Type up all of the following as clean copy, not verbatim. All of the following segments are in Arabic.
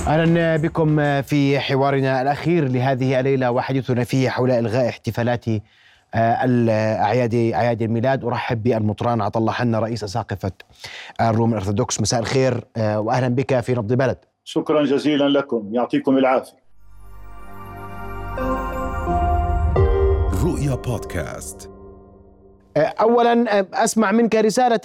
أهلا بكم في حوارنا الأخير لهذه الليلة وحديثنا فيه حول إلغاء احتفالات أعياد الميلاد. أرحب بالمطران عطلة حنا رئيس أساقفة الروم الأرثوذكس. مساء الخير وأهلا بك في نبض بلد. شكرا جزيلا لكم، يعطيكم العافية. رؤيا بودكاست. أولا أسمع منك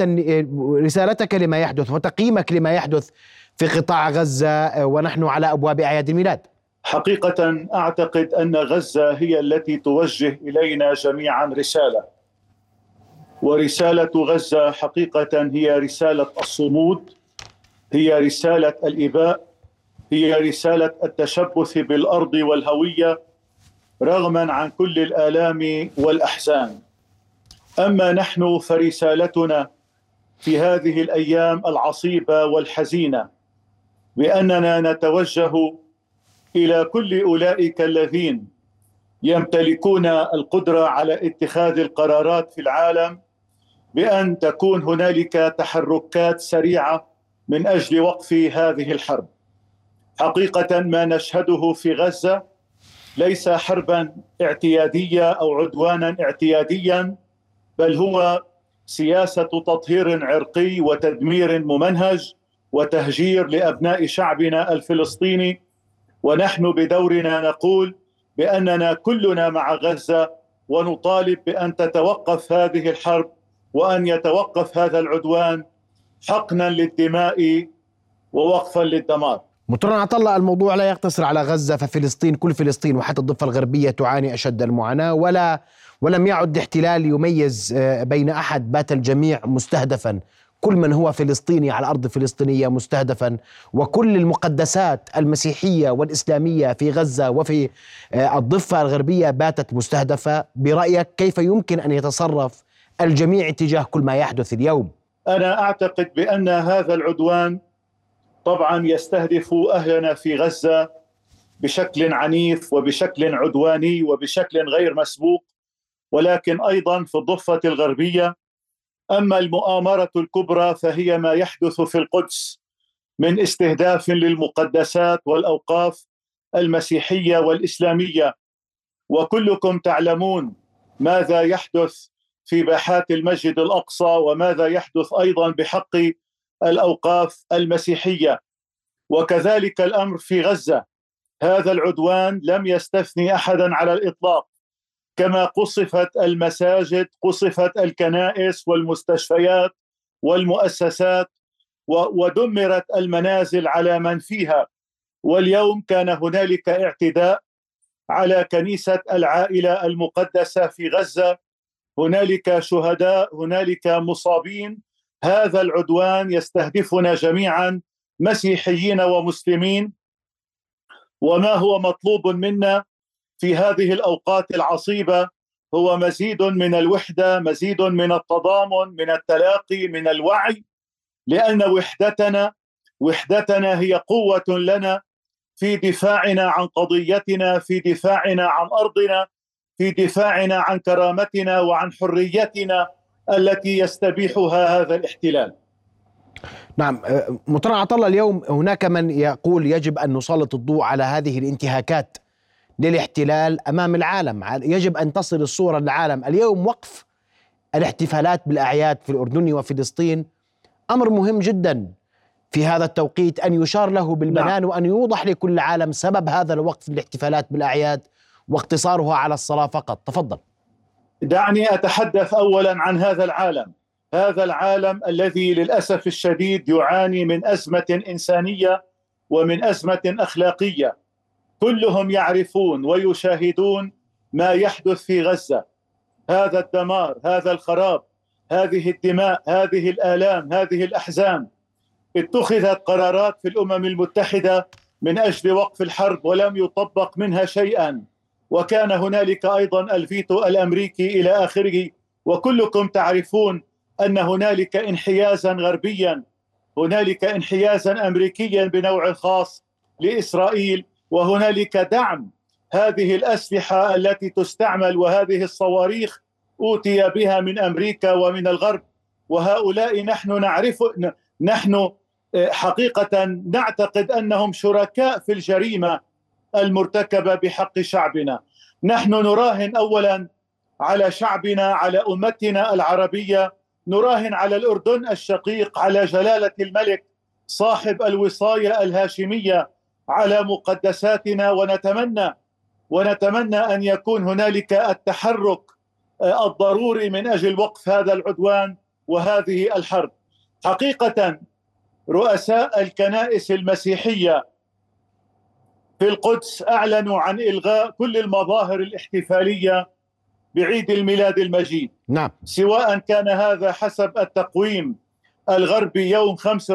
رسالتك لما يحدث وتقييمك لما يحدث في قطاع غزة ونحن على أبواب أعياد الميلاد. حقيقة أعتقد أن غزة هي التي توجه إلينا جميعا رسالة، ورسالة غزة حقيقة هي رسالة الصمود، هي رسالة الإباء، هي رسالة التشبث بالأرض والهوية رغما عن كل الآلام والأحزان. أما نحن فرسالتنا في هذه الأيام العصيبة والحزينة بأننا نتوجه إلى كل أولئك الذين يمتلكون القدرة على اتخاذ القرارات في العالم بأن تكون هنالك تحركات سريعة من أجل وقف هذه الحرب. حقيقة ما نشهده في غزة ليس حربا اعتيادية أو عدوانا اعتياديا، بل هو سياسة تطهير عرقي وتدمير ممنهج وتهجير لأبناء شعبنا الفلسطيني. ونحن بدورنا نقول بأننا كلنا مع غزة ونطالب بأن تتوقف هذه الحرب وأن يتوقف هذا العدوان حقنا للدماء ووقفا للدمار. مطران عطلة، الموضوع لا يقتصر على غزة، ففلسطين كل فلسطين وحتى الضفة الغربية تعاني أشد المعاناة، ولم يعد الاحتلال يميز بين أحد، بات الجميع مستهدفا، كل من هو فلسطيني على أرض فلسطينية مستهدفا، وكل المقدسات المسيحية والإسلامية في غزة وفي الضفة الغربية باتت مستهدفة. برأيك كيف يمكن أن يتصرف الجميع تجاه كل ما يحدث اليوم؟ أنا أعتقد بأن هذا العدوان طبعا يستهدف أهلنا في غزة بشكل عنيف وبشكل عدواني وبشكل غير مسبوق، ولكن أيضا في الضفة الغربية. أما المؤامرة الكبرى فهي ما يحدث في القدس من استهداف للمقدسات والأوقاف المسيحية والإسلامية، وكلكم تعلمون ماذا يحدث في باحات المسجد الأقصى وماذا يحدث أيضا بحق الأوقاف المسيحية. وكذلك الأمر في غزة، هذا العدوان لم يستثني أحدا على الإطلاق. كما قصفت المساجد قصفت الكنائس والمستشفيات والمؤسسات ودمرت المنازل على من فيها. واليوم كان هنالك اعتداء على كنيسة العائلة المقدسة في غزة، هنالك شهداء، هنالك مصابين. هذا العدوان يستهدفنا جميعا مسيحيين ومسلمين، وما هو مطلوب منا في هذه الأوقات العصيبة هو مزيد من الوحدة، مزيد من التضامن، من التلاقي، من الوعي، لأن وحدتنا هي قوة لنا في دفاعنا عن قضيتنا، في دفاعنا عن أرضنا، في دفاعنا عن كرامتنا وعن حريتنا التي يستبيحها هذا الاحتلال. نعم مطران عطلة، اليوم هناك من يقول يجب أن نسلط الضوء على هذه الانتهاكات للاحتلال أمام العالم، يجب أن تصل الصورة للعالم. اليوم وقف الاحتفالات بالأعياد في الأردن وفلسطين أمر مهم جدا في هذا التوقيت، أن يشار له بالبنان وأن يوضح لكل العالم سبب هذا الوقف الاحتفالات بالأعياد واقتصارها على الصلاة فقط. تفضل. دعني أتحدث أولا عن هذا العالم، هذا العالم الذي للأسف الشديد يعاني من أزمة إنسانية ومن أزمة أخلاقية. كلهم يعرفون ويشاهدون ما يحدث في غزة، هذا الدمار، هذا الخراب، هذه الدماء، هذه الآلام، هذه الأحزان. اتخذت قرارات في الأمم المتحدة من أجل وقف الحرب ولم يطبق منها شيئا، وكان هنالك أيضا الفيتو الأمريكي إلى آخره. وكلكم تعرفون أن هنالك انحيازا غربيا، هنالك انحيازا أمريكيا بنوع خاص لإسرائيل، وهنالك دعم هذه الأسلحة التي تستعمل وهذه الصواريخ أوتي بها من أمريكا ومن الغرب. وهؤلاء نحن حقيقة نعتقد أنهم شركاء في الجريمة المرتكبة بحق شعبنا. نحن نراهن أولا على شعبنا، على أمتنا العربية، نراهن على الأردن الشقيق، على جلالة الملك صاحب الوصاية الهاشمية على مقدساتنا، ونتمنى أن يكون هنالك التحرك الضروري من أجل وقف هذا العدوان وهذه الحرب. حقيقة رؤساء الكنائس المسيحية في القدس أعلنوا عن إلغاء كل المظاهر الاحتفالية بعيد الميلاد المجيد. نعم. سواء كان هذا حسب التقويم الغربي يوم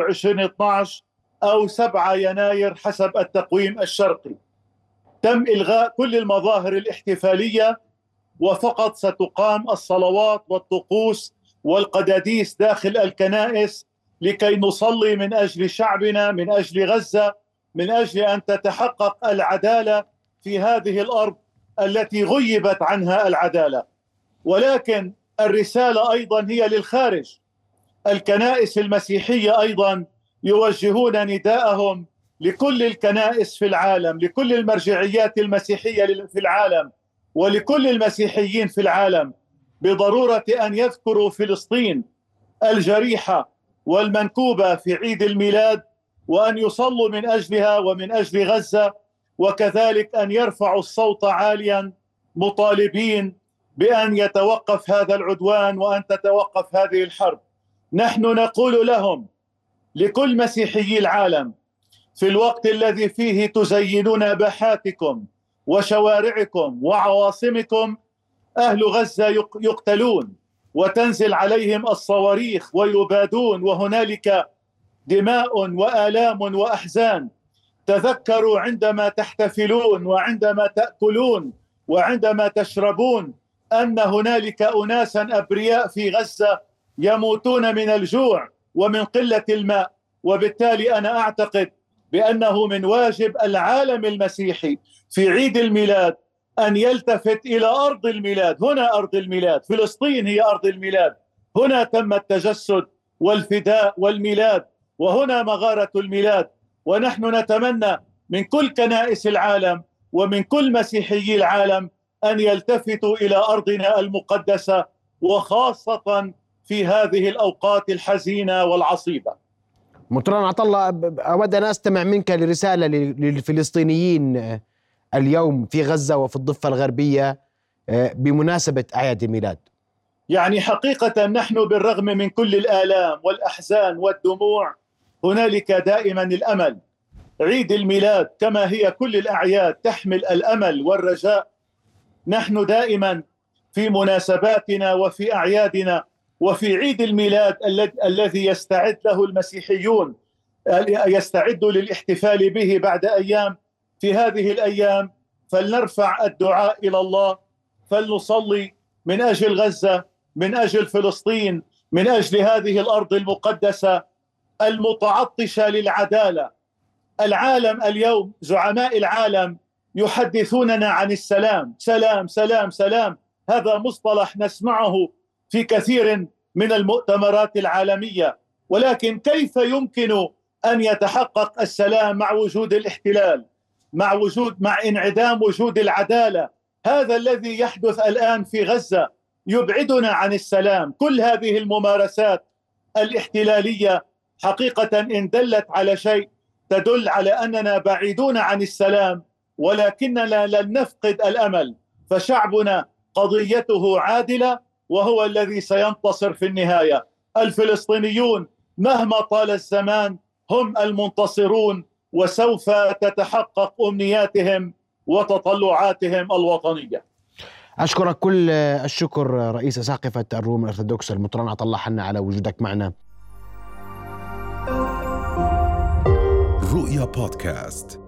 25/12 أو 7 يناير حسب التقويم الشرقي. تم إلغاء كل المظاهر الاحتفالية، وفقط ستقام الصلوات والطقوس والقداديس داخل الكنائس لكي نصلي من أجل شعبنا، من أجل غزة، من أجل أن تتحقق العدالة في هذه الأرض التي غيبت عنها العدالة. ولكن الرسالة أيضا هي للخارج. الكنائس المسيحية أيضا يوجهون نداءهم لكل الكنائس في العالم، لكل المرجعيات المسيحية في العالم، ولكل المسيحيين في العالم، بضرورة أن يذكروا فلسطين الجريحة والمنكوبة في عيد الميلاد، وأن يصلوا من أجلها ومن أجل غزة، وكذلك أن يرفعوا الصوت عاليا مطالبين بأن يتوقف هذا العدوان وأن تتوقف هذه الحرب. نحن نقول لهم، لكل مسيحيي العالم، في الوقت الذي فيه تزينون باحاتكم وشوارعكم وعواصمكم، أهل غزة يقتلون وتنزل عليهم الصواريخ ويبادون، وهنالك دماء وآلام وأحزان. تذكروا عندما تحتفلون وعندما تأكلون وعندما تشربون أن هنالك أناسا أبرياء في غزة يموتون من الجوع ومن قلة الماء. وبالتالي أنا أعتقد بأنه من واجب العالم المسيحي في عيد الميلاد أن يلتفت إلى أرض الميلاد. هنا أرض الميلاد، فلسطين هي أرض الميلاد، هنا تم التجسد والفداء والميلاد، وهنا مغارة الميلاد. ونحن نتمنى من كل كنائس العالم ومن كل مسيحيي العالم أن يلتفتوا إلى أرضنا المقدسة، وخاصة في هذه الأوقات الحزينة والعصيبة. مطران عطلة، أود أن أستمع منك لرسالة للفلسطينيين اليوم في غزة وفي الضفة الغربية بمناسبة أعياد الميلاد. يعني حقيقة نحن بالرغم من كل الآلام والأحزان والدموع هنالك دائما الأمل. عيد الميلاد كما هي كل الأعياد تحمل الأمل والرجاء. نحن دائما في مناسباتنا وفي أعيادنا وفي عيد الميلاد الذي يستعد له المسيحيون، يستعدوا للاحتفال به بعد أيام، في هذه الأيام فلنرفع الدعاء إلى الله، فلنصلي من أجل غزة، من أجل فلسطين، من أجل هذه الأرض المقدسة المتعطشة للعدالة. العالم اليوم، زعماء العالم يحدثوننا عن السلام، سلام سلام سلام. هذا مصطلح نسمعه في كثير من المؤتمرات العالمية، ولكن كيف يمكن أن يتحقق السلام مع وجود الاحتلال، مع انعدام وجود العدالة؟ هذا الذي يحدث الآن في غزة يبعدنا عن السلام. كل هذه الممارسات الاحتلالية حقيقة إن دلت على شيء تدل على أننا بعيدون عن السلام، ولكننا لن نفقد الأمل، فشعبنا قضيته عادلة وهو الذي سينتصر في النهاية. الفلسطينيون مهما طال الزمان هم المنتصرون، وسوف تتحقق أمنياتهم وتطلعاتهم الوطنية. أشكرك كل الشكر رئيس أساقفة الروم الأرثوذكس المطران عطلة حنا على وجودك معنا. رؤيا بودكاست.